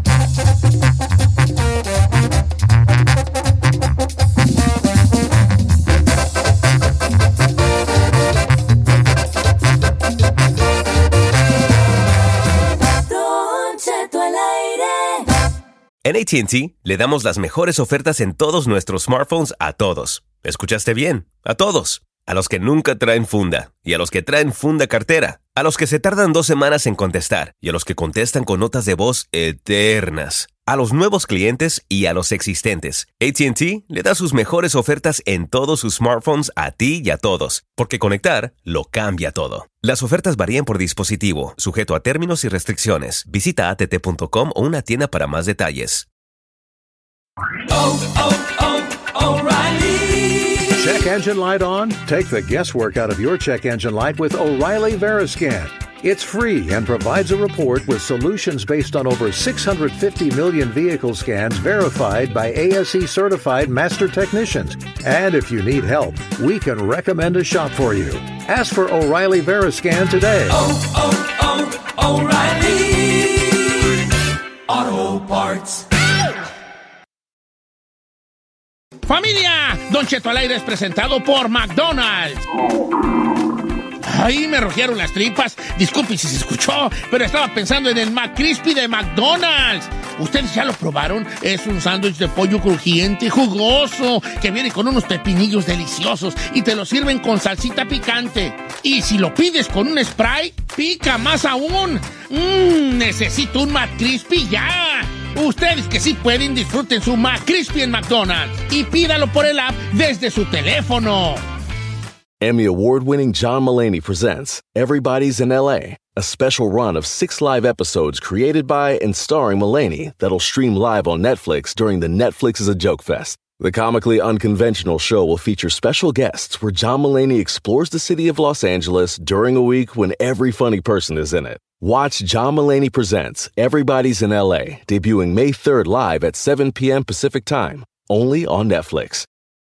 Don Cheto al aire. En A T and T le damos las mejores ofertas en todos nuestros smartphones a todos. ¿Escuchaste bien? A todos. A los que nunca traen funda y a los que traen funda cartera. A los que se tardan dos semanas en contestar y a los que contestan con notas de voz eternas. A los nuevos clientes y a los existentes. A T and T le da sus mejores ofertas en todos sus smartphones a ti y a todos. Porque conectar lo cambia todo. Las ofertas varían por dispositivo, sujeto a términos y restricciones. Visita A T T punto com o una tienda para más detalles. Check engine light on? Take the guesswork out of your check engine light with O'Reilly Veriscan. It's free and provides a report with solutions based on over six hundred fifty million vehicle scans verified by A S E certified master technicians. And if you need help, we can recommend a shop for you. Ask for O'Reilly Veriscan today. Auto Parts. ¡Familia! Don Cheto al aire es presentado por McDonald's. Ay, me rugieron las tripas. Disculpe si se escuchó, pero estaba pensando en el McCrispy de McDonald's. ¿Ustedes ya lo probaron? Es un sándwich de pollo crujiente y jugoso que viene con unos pepinillos deliciosos y te lo sirven con salsita picante. Y si lo pides con un spray, pica más aún. Mmm, necesito un McCrispy ya. Ustedes que sí pueden, disfruten su McCrispy en McDonald's y pídalo por el app desde su teléfono. Emmy award-winning John Mulaney presents Everybody's in L A, a special run of six live episodes created by and starring Mulaney that'll stream live on Netflix during the Netflix is a Joke Fest. The comically unconventional show will feature special guests where John Mulaney explores the city of Los Angeles during a week when every funny person is in it. Watch John Mulaney Presents Everybody's in L A, debuting May third live at seven p.m. Pacific Time, only on Netflix.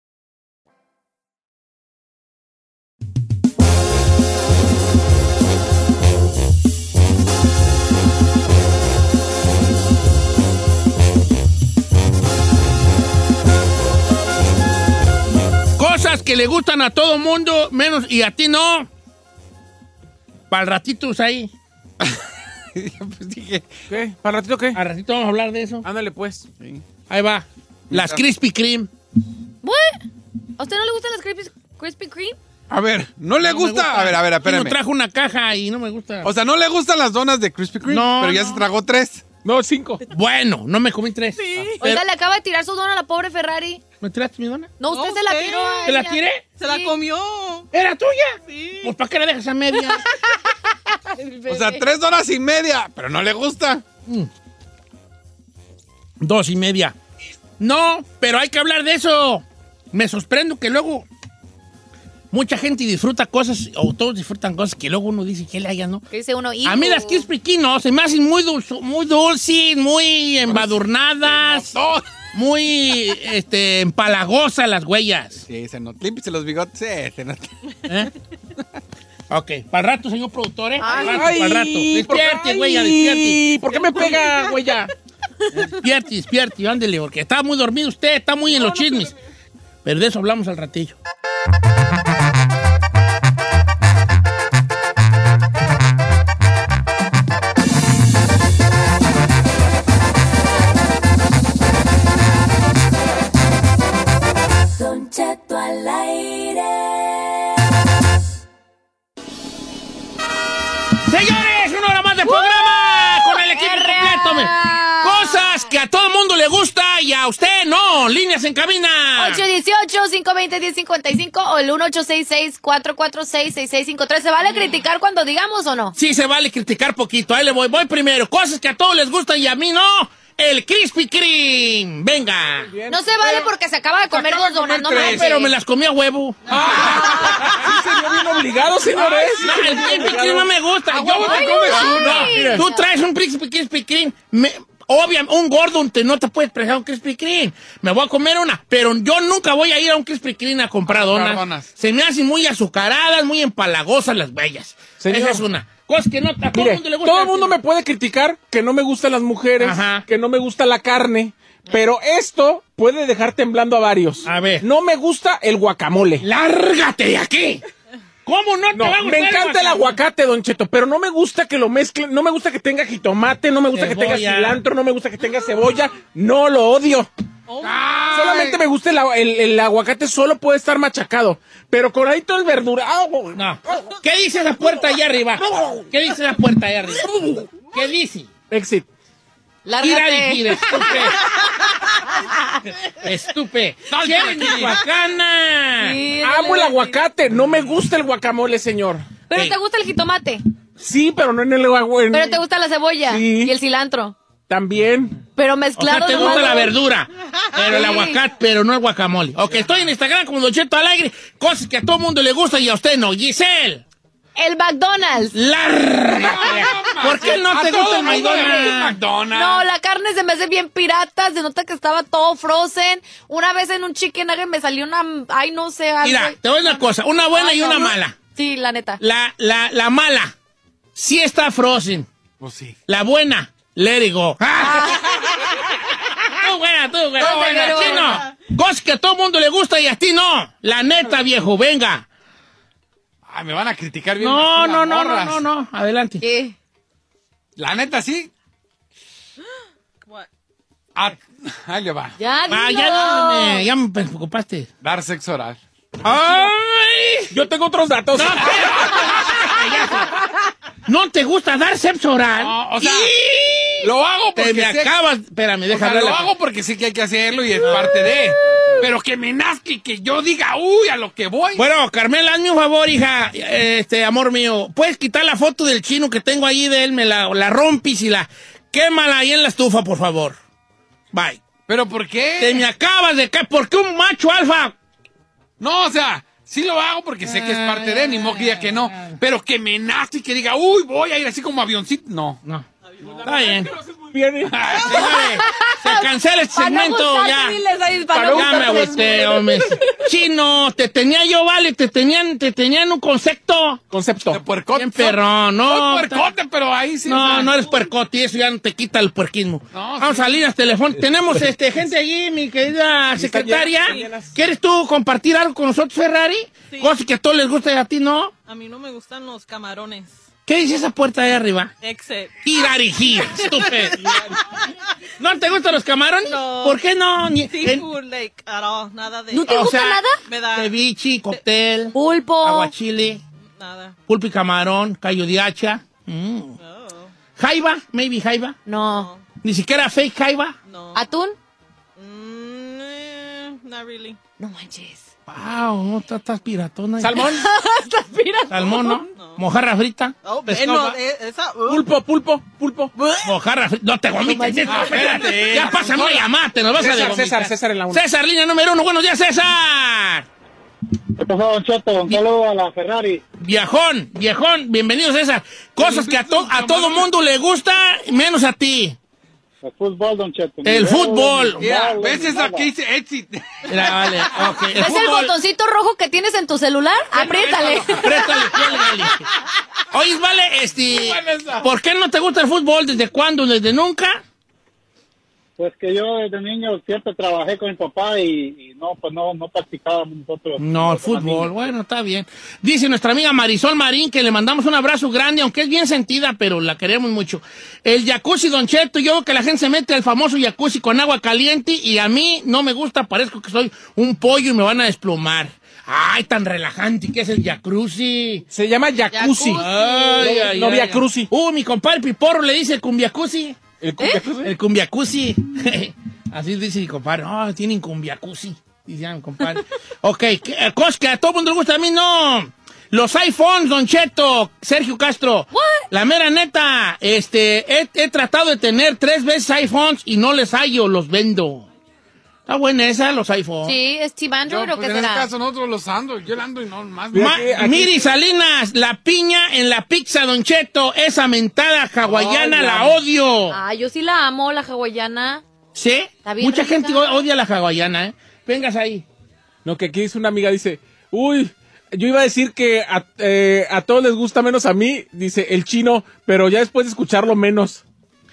Cosas que le gustan a todo mundo, menos y a ti no. Para el ratito ahí. Pues dije, ¿Qué? ¿Para ratito qué? Al ratito vamos a hablar de eso. Ándale, pues. Ahí va. Las Krispy Kreme. ¿What? ¿A usted no le gustan las Krispy, Krispy Kreme? a ver, ¿no le No me gusta? A ver, a ver, No espérame. trajo una caja y no me gusta. O sea, ¿no le gustan las donas de Krispy Kreme? No, Pero ya no. se tragó tres. No, cinco. Bueno, no me comí tres. Oiga, le acaba de tirar su dona a la pobre Ferrari. ¿Me tiraste mi dona? No, usted No, se la usted. tiró a ¿Te la ella. tiré? Se la Sí. comió. ¿Era tuya? Sí. Pues ¿para qué la dejas a media? O sea, tres donas y media, pero no le gusta. Dos y media. No, pero hay que hablar de eso. Me sorprendo que luego mucha gente disfruta cosas, o todos disfrutan cosas que luego uno dice, ¿qué le haya, no? ¿Qué dice uno? A mí las Crispy Kreme no, se me hacen muy dulces, muy dulces, muy embadurnadas, muy este, empalagosas las huellas. Sí, se nota. Límpiese los bigotes, sí, se nota. ¿Eh? Ok, para el rato, señor productor, ¿eh? Para el rato, Ay, para el rato. Despierte, güey, despierte. ¿Por qué me pega, güey, ya? Despierte, despierte, ándele, porque está muy dormido usted, está muy en los chismes. Pero de eso hablamos al ratillo. Don Cheto al aire. Señores, una hora más de programa con el equipo completo. Me- Cosas que a todo el mundo le gusta y a usted no. Líneas en cabina. ocho uno ocho, cinco dos cero, uno cero cinco cinco o el uno ocho seis seis, cuatro cuatro seis, seis seis cinco tres. ¿Se vale criticar cuando digamos o no? Sí, se vale criticar poquito. Ahí le voy. Voy primero. Cosas que a todos les gustan y a mí no. El Krispy Kreme. Venga. No se vale porque se acaba de comer dos donas, no manches. Pero me las comí a huevo. Sí, se vio bien obligado, señores. No, el Krispy Kreme no me gusta. A Yo- huevo te Ay, comes no. uno. Mira. Tú traes un Krispy Krispy Kreme. Me- Obviamente, un gordo te- no te puedes prestar un Krispy Kreme. Me voy a comer una, pero yo nunca voy a ir a un Krispy Kreme a comprar donas. donas. Se me hacen muy azucaradas, muy empalagosas las huellas. Señor. Esa es una. Cosa que no, a todo el Mire, mundo le gusta. todo el mundo me puede criticar que no me gustan las mujeres, Ajá. que no me gusta la carne, pero esto puede dejar temblando a varios. A ver. No me gusta el guacamole. ¡Lárgate de aquí! ¿Cómo no te No, va a gustar me encanta el aguacate, Don Cheto, pero no me gusta que lo mezclen, no me gusta que tenga jitomate, no me gusta que tenga Cebolla. cilantro, no me gusta que tenga cebolla, no lo odio. Solamente me gusta el, agua- el- el aguacate, solo puede estar machacado, pero con ahí todo el verdurado. No. ¿Qué dice esa puerta allá arriba? ¿Qué dice esa puerta allá arriba? ¿Qué dice? Exit. Lárgate. Ira, estúpe. Estúpe. ¿Quieres Michoacana? Sí, Amo el aguacate, no me gusta el guacamole, señor. Pero Sí. te gusta el jitomate. Sí, pero no en el aguacate. Pero te gusta la cebolla Sí. y el cilantro. También. Pero O sea, mezclados. te gusta no. la verdura, pero el Sí. aguacate, pero no el guacamole. Ok, estoy en Instagram como Don Cheto Alegre. Cosas que a todo mundo le gustan y a usted no. Giselle. El McDonald's. Larga. ¿Por qué no te gusta el McDonald's? McDonald's. No, la carne se me hace bien pirata, se nota que estaba todo frozen. Una vez en un chicken nugget me salió una, ay, no sé, algo. Mira, te voy a decir una cosa, una buena Ay, y no. una mala. Sí, la neta. La, la, la mala, sí está frozen. Pues sí. La buena, let it go. Tú buena, tú buena. Tú buena. Sí, no. Cosas que a todo mundo le gusta y a ti no. La neta, viejo, venga. Ay, me van a criticar bien. No, aquí no, las no, no, morras. no, no. Adelante. ¿Qué? La neta, sí. What? Ah, ahí le va. Ya, Ah, dilo. ya, me, ya me preocupaste. Dar sexo oral. ¡Ay! Yo tengo otros datos. No, ¿No te gusta dar sexo oral? No, o sea, ¡Y! lo hago porque Te me sé- acabas... Espérame, O deja sea, hablar lo la- hago porque sé que hay que hacerlo y es parte de. Pero que me nazca y que yo diga, uy, a lo que voy. Bueno, Carmela, hazme un favor, hija. Este, amor mío. ¿Puedes quitar la foto del chino que tengo ahí de él? Me la, la rompis y la... Quémala ahí en la estufa, por favor. Bye. ¿Pero por qué? Te me acabas de caer. ¿Por qué un macho alfa? No, o sea, sí lo hago porque sé que es parte de, ni modo que diga que no. Pero que me nazca y que diga, uy, voy a ir así como avioncito. No. No. Está bien. Bien. Señores, se cancela este Para no segmento gustar, ya. diles ahí, para no Ya me gustar. agüité, hombre. Chino, te tenía yo, vale, te tenían, te tenían un concepto. Concepto. De puercote. Bien perrón, no. Soy puercote, pero ahí sí. o No, sea, no eres puercote, eso ya no te quita el puerquismo. No, Vamos sí. a líneas telefónicas. Tenemos este, gente allí, mi querida secretaria. llenas, llenas. ¿Quieres tú compartir algo con nosotros, Ferrari? Sí. Cosas que a todos les gusta y a ti no. A mí no me gustan los camarones. ¿Qué dice esa puerta de arriba? Exit. Irarigir, estúpido. ¿No te gustan los camarones? No. ¿Por qué no? Ni- en- Seafood, like, at all. Nada de... ¿No te o gusta sea, nada? Me da... ceviche, cóctel, Pulpo. aguachile, Nada. pulpo y camarón, callo de hacha. Mm. Oh. Jaiba, maybe jaiba. No. Ni siquiera fake jaiba. No. ¿Atún? Mm, eh, not really. No manches. Wow, no estás estás piratona. Salmón. Estás pirata. Salmón, ¿no? Mojarra frita. Oh, Pescado. bueno, eh, esa... uh. Pulpo, pulpo, pulpo. Mojarra frita. No te vomites. No, espérate. Ya pasa, no llamate, nos vas a César, devomitar. César, César en la una. César, línea número uno. Buenos días, César. ¿Qué pasó, Don Cheto? Un saludo a la Ferrari. Viejón, viejón, bienvenidos a esas cosas que a, to a todo mundo le gusta, menos a ti. El fútbol, Don Cheto. El fútbol. Mira, ¿ves esa que dice Exit? Mira, vale, okay. ¿Ves el, el botoncito rojo que tienes en tu celular? Apriétale. Apriétale, vale. Oye, vale, este, ¿por qué no te gusta el fútbol? ¿Desde cuándo? ¿Desde nunca? Pues que yo desde niño siempre trabajé con mi papá y, y no, pues no, no practicábamos nosotros. No, el fútbol, bueno, está bien. Dice nuestra amiga Marisol Marín que le mandamos un abrazo grande, aunque es bien sentida, pero la queremos mucho. El jacuzzi, Don Cheto, yo veo que la gente se mete al famoso jacuzzi con agua caliente y a mí no me gusta, parezco que soy un pollo y me van a desplomar. Ay, tan relajante que es el jacuzzi. Se llama jacuzzi. Ay, ay, no ay, viacruci. ay. Uh, mi compadre Piporro le dice el cumbiacuzzi. ¿El cumbiacuzzi? ¿Eh? El cumbiacuzzi. Así dice mi compadre. Ah, oh, tienen cumbiacuzzi. Dice mi compadre. Ok, cosas que a todo el mundo le gusta, a mí no. Los iPhones, Don Cheto, Sergio Castro. What? La mera neta, este, he, he tratado de tener tres veces iPhones y no les hallo, los vendo. Está buena esa, los iPhones. Sí, ¿es Team Android Yo, o pues, qué en ese será? caso nosotros los ando, yo la ando y no más. Ma Miri Salinas, la piña en la pizza, Don Cheto, esa mentada hawaiana, Ay, la no. odio. Ah, yo sí la amo, la hawaiana. ¿Sí? Está bien Mucha rica. gente odia la hawaiana, ¿eh? Vengas ahí. No, que aquí dice una amiga, dice, uy, yo iba a decir que a, eh, a todos les gusta menos a mí, dice el chino, pero ya después de escucharlo menos.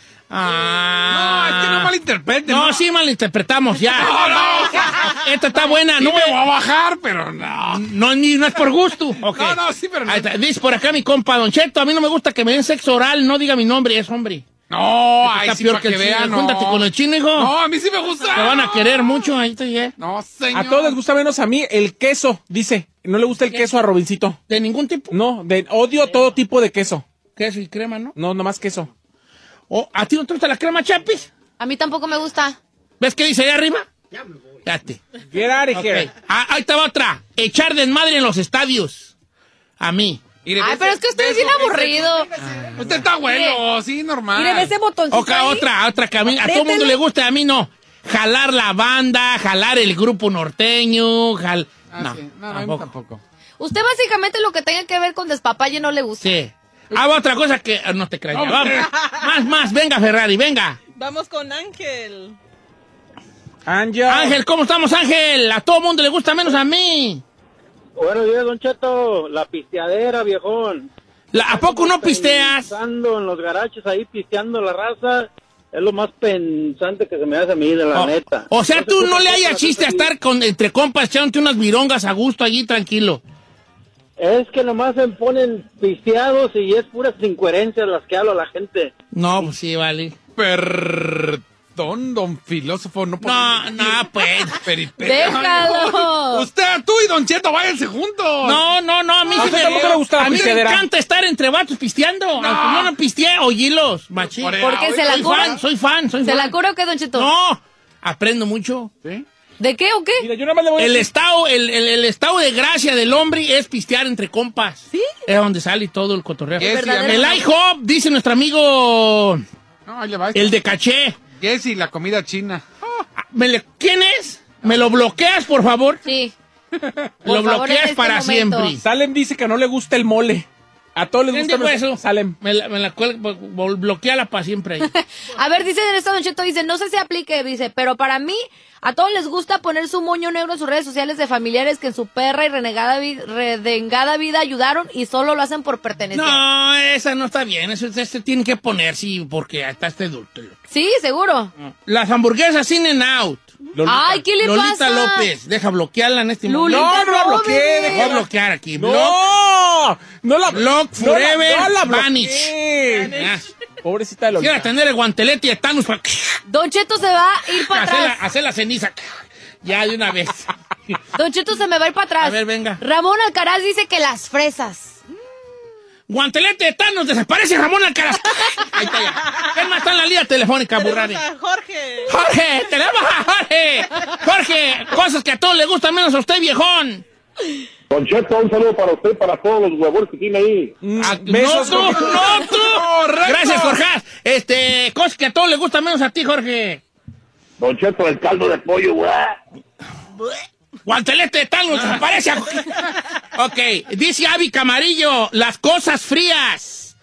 Ah. No, es que no malinterpreten. No, sí malinterpretamos, ya. No, no. Esta está buena. Sí No me voy a bajar, pero no. No, ni, no es por gusto. Okay. No, no, sí, pero no. Ahí está. Dice por acá mi compa, Don Cheto, a mí no me gusta que me den sexo oral, no diga mi nombre, es hombre. No, ahí Está sí peor para que el que chino. vean, no. Júntate con el chino, hijo. No, a mí sí me gusta. Te van a querer mucho, ahí te llegué. No, señor. A todos les gusta menos a mí el queso, dice. No le gusta el queso a Robincito. ¿De ningún tipo? No, de, odio todo tipo de queso. Queso y crema, ¿no? No, nomás queso. Oh, ¿a ti no te gusta la crema, Chapis? A mí tampoco me gusta. ¿Ves qué dice ahí arriba? Ya me voy. Date. Get out of Okay. here. Ah, ahí está otra. Echar desmadre en los estadios. A mí. Ay, pero es que usted es bien aburrido. Usted está bueno, sí, normal. Mire, ese botoncito Oca, ahí. otra, otra que a, mí, a todo el mundo Apriétele. le gusta, a mí no. Jalar la banda, jalar el grupo norteño, jal... Ah, no, sí. No, no, a mí tampoco. tampoco. Usted básicamente lo que tenga que ver con despapalle no le gusta. Sí. Ah, otra cosa que... ah, no te creas. ya, vamos. Más, más, venga, Ferrari, venga. Vamos con Ángel. Ángel. Ángel, ¿cómo estamos, Ángel? A todo el mundo le gusta menos a mí. Buenos días, Don Cheto. La pisteadera, viejón. La- ¿A poco no pisteas? Pensando en los garaches ahí, pisteando la raza. Es lo más pensante que se me hace a mí, de la O, neta. o sea, se tú ocupa no le tanto hayas la chiste a gente estar con, entre compas echándote unas virongas a gusto allí, tranquilo. Es que nomás se ponen pisteados y es puras incoherencias las que habla la gente. No, pues sí, vale. Perdón, don filósofo, no puedo. No, no, pues. Peripecia. Déjalo. Usted, tú y Don Cheto, váyanse juntos. No, no, no, a mí ¿A sí usted me, tampoco le gusta la a mí me pisteadera? encanta estar entre vatos pisteando. Aunque yo no pisteé, oílos, machín. Por- Porque se la Soy cura. fan, soy fan, soy ¿Se fan. la cura o qué, Don Cheto? No, aprendo mucho. ¿Sí? ¿De qué o qué? Mira, yo nada más le voy a El decir- estado, el, el, el estado de gracia del hombre es pistear entre compas. ¿Sí? Es donde sale todo el cotorreo. Yes, verdadero. El IHOP, dice nuestro amigo, No, ahí le va. el de caché. Jessy, la comida china. ¿Me le- ¿Quién es? ¿Me lo bloqueas, por favor? Sí. Lo Por favor, en bloqueas este para momento. siempre. Salem dice que no le gusta el mole. A todos les ¿Quién gusta dijo menos- eso? Salem. Me la, me la cuelga, bo- bloqueala para siempre ahí. A ver, dice en esta Don Cheto, dice, no sé si aplique, dice, pero para mí, a todos les gusta poner su moño negro en sus redes sociales de familiares que en su perra y renegada, vi- redengada vida ayudaron y solo lo hacen por pertenecer. No, esa no está bien. Eso se tiene que poner, sí, porque está este adulto. Sí, seguro. Las hamburguesas in and out. Lolita. Ay, ¿qué le Lolita pasa? López, deja bloquearla en este momento. Lolita No, no la bloqueé, López. Voy a bloquear aquí. Block, No, no la block no la- forever, no la vanish. bloqueé. Ah, Pobrecita de Quisiera Lolita. tener el guantelete y Thanos para Don Cheto se va a ir para hacer la, atrás. hacer la ceniza. Ya de una vez. Don Cheto se me va a ir para atrás. A ver, venga. Ramón Alcaraz dice que las fresas. Guantelete de Thanos, desaparece Ramón Alcaraz. Ahí está ya. ¿Quién más está en la línea telefónica, Burrari? Tenemos a Jorge. Jorge, tenemos a Jorge. Jorge, cosas que a todos les gustan menos a usted, viejón. Don Cheto, un saludo para usted, para todos los huevos que tiene ahí. Ah, besos, no tú, Jorge. no tú. Gracias, Jorge. Este, cosas que a todos les gustan menos a ti, Jorge. Don Cheto, el caldo de pollo, güey. Guantelete de Thanos desaparece. Ok, dice Avi Camarillo, las cosas frías.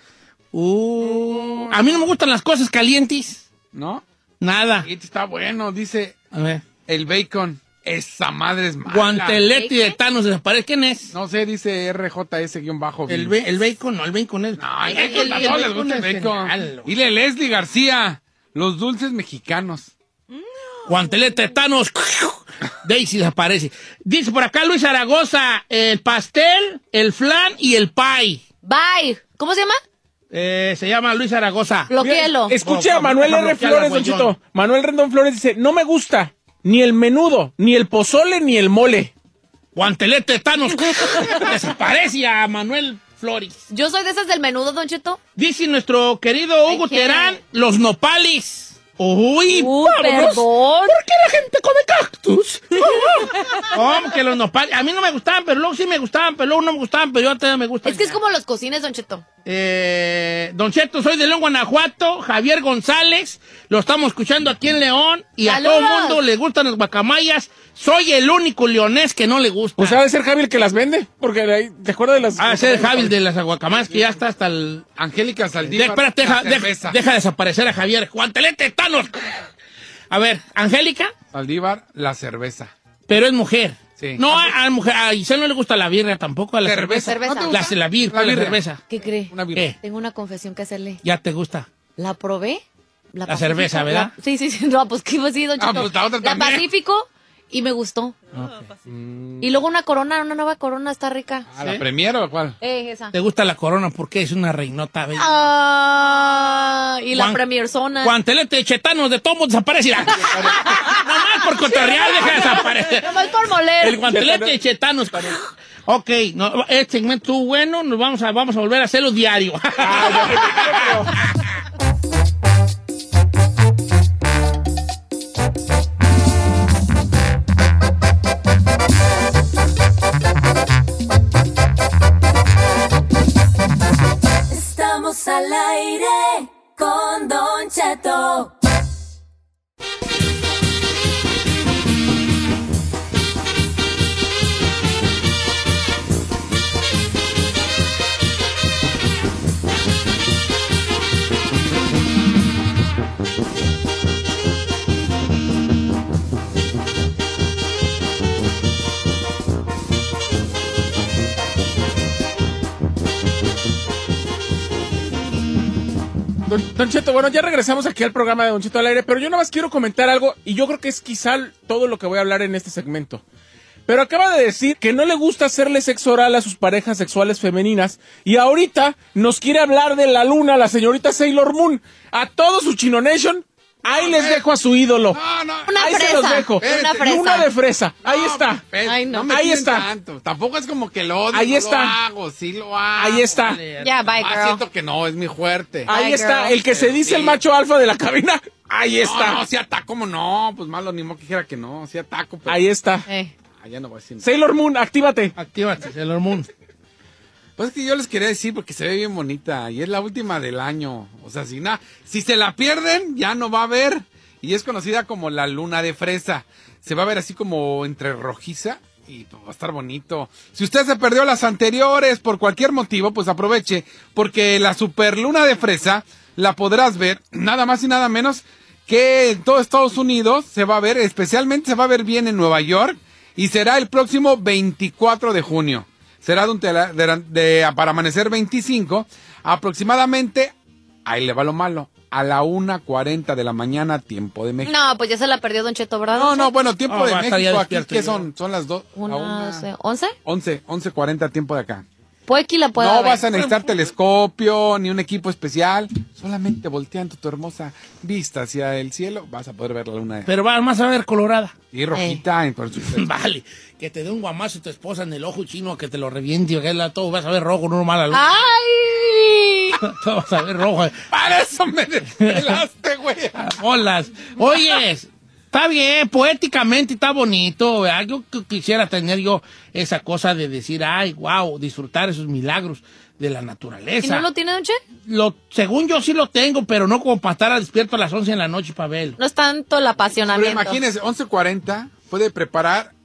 Uh, a mí no me gustan las cosas calientes. ¿No? Nada. Y está bueno, dice. A ver. El bacon. Esa madre es mala. Guantelete de Thanos desaparece. ¿Quién es? No sé, dice R J S-bajo. El, be- el bacon, no, el bacon es. No, el el, bacon, el, a el todos les bacon gusta el es bacon. genial. Dile Leslie García, los dulces mexicanos. Guantelete de Thanos. Daisy desaparece. Dice por acá Luis Zaragoza, el pastel, el flan y el pie. Bye. ¿Cómo se llama? Eh, se llama Luis Zaragoza. Bloquéelo. Escuche a Oh, Manuel déjame R. bloquearla, Flores, Don güeyón. Chito. Manuel Rendón Flores dice, no me gusta ni el menudo, ni el pozole, ni el mole. Guantelete de Thanos. Desaparece a Manuel Flores. Yo soy de esas del menudo, Don Cheto. Dice nuestro querido Hugo Ay, ¿qué? Terán, los nopales. Uy, Uh, vámonos. perdón. ¿Por qué la gente come cactus? ¿Cómo que los nopales? A mí no me gustaban, pero luego sí me gustaban, pero luego no me gustaban, pero yo también me gustan. Es que es como los cocines, Don Cheto. Eh, Don Cheto, soy de León, Guanajuato. Javier González, lo estamos escuchando aquí en León. Y ¡Saludos! a todo el mundo le gustan las guacamayas. Soy el único leonés que no le gusta. Pues ha de ser Javi el que las vende, porque ahí, ¿te acuerdas de las...? Ha de ser Javi de las guacamayas que ya está hasta el... Angélica De, Saldívar. espérate, deja, la deja, cerveza. deja desaparecer a Javier. Guantelete, Thanos. A ver, Angélica, Saldívar, la cerveza. pero es mujer. Sí. No, a, a, mujer, a Giselle no le gusta la birria tampoco, a la Cerveza. cerveza. Cerveza. ¿No te La, gusta? la, bir- La la birria. cerveza. ¿Qué cree? Una birria. ¿Qué? Tengo una confesión que hacerle. Ya te gusta. La probé. La Pacífico, cerveza, ¿verdad? la- sí, sí, sí. No, pues qué iba así, Don Ah, Cheto. pues la otra también. Pacífico y me gustó. Y luego una corona, una nueva corona está rica. ¿A la ¿Sí? Premier o cuál? Eh, esa. ¿Te gusta la corona? Porque es una reinota bella. Ah, y la Guan- Premier Zona. Guantelete de chetanos de tomo desaparecerá. Nomás por cotorrear deja de desaparecer. Nomás por moler. El guantelete de chetanos. Ok, no, este segmento estuvo bueno, nos vamos a, vamos a volver a hacerlo diario. Estamos al aire con Don Cheto. Don, Don Cheto, bueno, ya regresamos aquí al programa de Don Cheto al aire, pero yo nada más quiero comentar algo, y yo creo que es quizá todo lo que voy a hablar en este segmento. Pero acaba de decir que no le gusta hacerle sexo oral a sus parejas sexuales femeninas, y ahorita nos quiere hablar de la luna, la señorita Sailor Moon. A todo su Chino Nation, ahí les dejo a su ídolo. No, no. Una Ahí fresa. se los dejo. Una fresa. Luna de fresa, ahí está. Espérate, Ay, no. me Ahí tiren está. tanto. Tampoco es como que lo odio. Ahí no está. Lo hago, sí lo hago. Ahí está. Ya, bye, Ah, girl. siento que no, es mi fuerte. Ahí Ay, está, girl. el que se dice Sí. el macho alfa de la cabina. Ahí está. No, no, sí ataco, ¿cómo no? Pues malo, ni modo que dijera que no. Sí ataco, pero... Ahí está. Eh. Ah, ya no voy a decir nada. Sailor Moon, actívate. Actívate, Sailor Moon. Pues es que yo les quería decir porque se ve bien bonita y es la última del año. O sea, si, na, si se la pierden, ya no va a haber. Y es conocida como la luna de fresa. Se va a ver así como entre rojiza y pues, va a estar bonito. Si usted se perdió las anteriores por cualquier motivo, pues aproveche. Porque la super luna de fresa la podrás ver nada más y nada menos que en todo Estados Unidos. Se va a ver, especialmente se va a ver bien en Nueva York. Y será el próximo veinticuatro de junio. Será de, un tela- de, de- para amanecer veinticinco, aproximadamente, ahí le va lo malo, a la una cuarenta de la mañana, tiempo de México. No, pues ya se la perdió Don Cheto, ¿verdad? No, Don no, Cheto? bueno, tiempo Oh, de va a estar ya México, aquí, despierto ¿qué yo. son? Son las dos, a Una, una, sé, ¿once? once, once cuarenta tiempo de acá. Puequi la puede No ver. vas a necesitar telescopio, ni un equipo especial, solamente volteando tu hermosa vista hacia el cielo, vas a poder ver la luna de... Pero va más a ver colorada. Y rojita, y por supuesto. Vale, que te dé un guamazo tu esposa en el ojo chino, que te lo reviente, que la- todo vas a ver rojo, no normal. a luz. ¡Ay! Todo vas a ver rojo. Para eso me desvelaste, güey. Bolas. Oyes, está bien, poéticamente está bonito, ¿verdad? Yo qu- quisiera tener yo esa cosa de decir, ay, wow, disfrutar esos milagros de la naturaleza. ¿Y no lo tiene, Don Che? Lo- según yo sí lo tengo, pero no como para estar despierto a las once de la noche para verlo. No es tanto el Pero apasionamiento. imagínese, once cuarenta puede preparar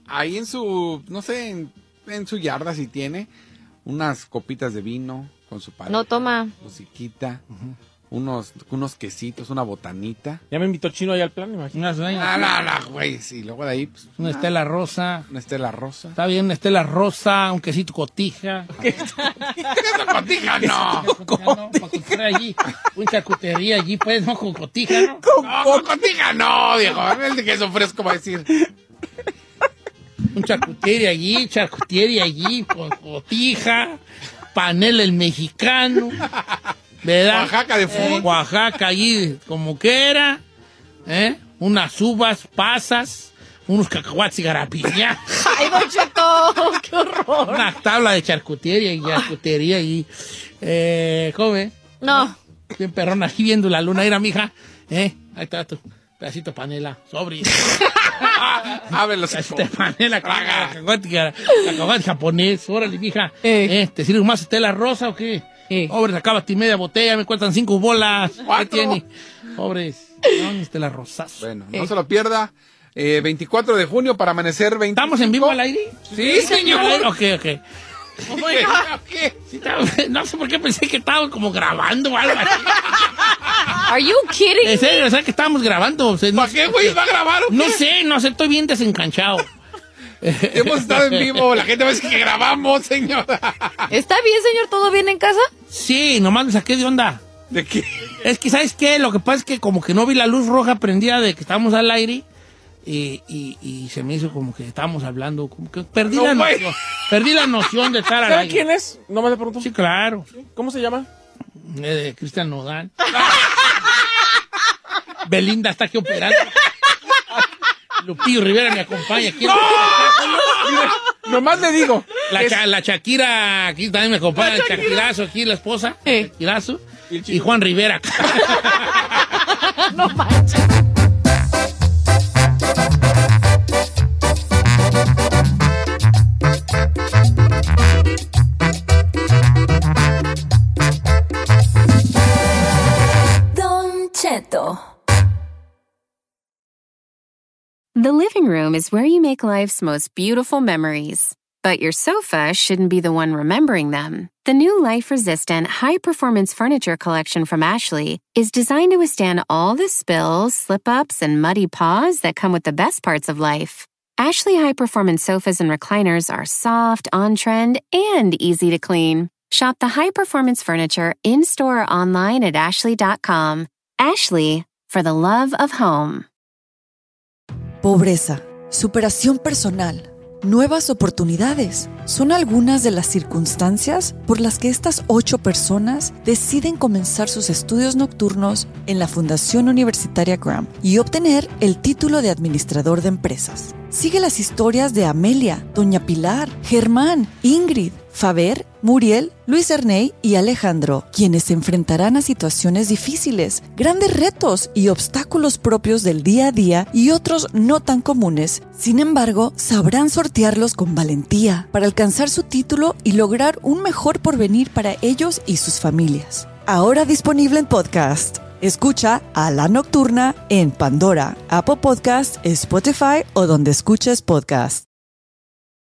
ahí en su, no sé, en, en su yarda si tiene unas copitas de vino con su padre. No toma. Musiquita, uh-huh. unos, unos quesitos, una botanita. Ya me invitó Chino ahí al plan, imagínate. Ah, no, no, güey, sí, luego de ahí, pues, una ah, Estela Rosa. Una Estela Rosa. Está bien, una Estela Rosa, un quesito cotija. ¿Qué es cotija? No. Cotija, no, para comprar allí, una charcutería allí, pues, no, con cotija, ¿no? No, con cotija no, viejo, es de queso fresco, va a decir. Un charcutería allí, charcutería allí, con cotija, panela el mexicano, ¿verdad? Oaxaca de fútbol. Eh, Oaxaca allí, como que era, ¿eh? Unas uvas, pasas, unos cacahuates y garapiña. ¡Ay, Don Cheto! ¡Qué horror! Una tabla de charcutería y charcutería allí. Eh, ¿Cómo ves? No. Bien perrona, aquí viendo la luna, mira, mija, ¿eh? Ahí está tu pedacito de panela, sobre. Ábrelo, Pedacito de panela, cacahuate japonés, órale, mija. Eh. Eh, ¿Te sirve más Estela Rosa o qué? Eh. Pobres, acábate media botella, me cuestan cinco bolas. ¿Qué tiene? Pobres, no, Estela Rosas. Bueno, no eh. se lo pierda. Eh, veinticuatro de junio para amanecer veinticinco. ¿Estamos en vivo al aire? Sí, sí señor. Ok, ok. Oh my God. ¿Qué? Sí, no sé por qué pensé que estábamos como grabando o algo así. Are you kidding? En serio, o sea que estábamos grabando. O sea, no ¿Para qué, güey? ¿Va a grabar o qué? No sé, no sé, estoy bien desencanchado. Hemos estado en vivo, la gente va a decir que grabamos, señora. ¿Está bien, señor? ¿Todo bien en casa? Sí, nomás me saqué de onda. ¿De qué? Es que, ¿sabes qué? Lo que pasa es que como que no vi la luz roja prendida de que estábamos al aire. Y, y, y se me hizo como que estábamos hablando, como que perdí no, la noción, wey. perdí la noción de estar al ¿Sabe quién es? No me le pregunto. Sí, claro. ¿Sí? ¿Cómo se llama? Eh, Cristian Nodal. Belinda está aquí operando. Lupillo Rivera me acompaña aquí. ¡No! Mira, nomás le digo. La, es... cha, la Shakira aquí también me acompaña, el Shakirazo aquí, la esposa. Eh. Shakirazo. Y, y Juan Rivera. No manches. The living room is where you make life's most beautiful memories. But your sofa shouldn't be the one remembering them. The new life-resistant, high-performance furniture collection from Ashley is designed to withstand all the spills, slip-ups, and muddy paws that come with the best parts of life. Ashley high-performance sofas and recliners are soft, on-trend, and easy to clean. Shop the high-performance furniture in-store or online at ashley dot com. Ashley, for the love of home. Pobreza, superación personal, nuevas oportunidades son algunas de las circunstancias por las que estas ocho personas deciden comenzar sus estudios nocturnos en la Fundación Universitaria Graham y obtener el título de administrador de empresas. Sigue las historias de Amelia, Doña Pilar, Germán, Ingrid, Faber, Muriel, Luis Erney y Alejandro, quienes se enfrentarán a situaciones difíciles, grandes retos y obstáculos propios del día a día y otros no tan comunes. Sin embargo, sabrán sortearlos con valentía para alcanzar su título y lograr un mejor porvenir para ellos y sus familias. Ahora disponible en podcast. Escucha a La Nocturna en Pandora, Apple Podcast, Spotify o donde escuches podcast.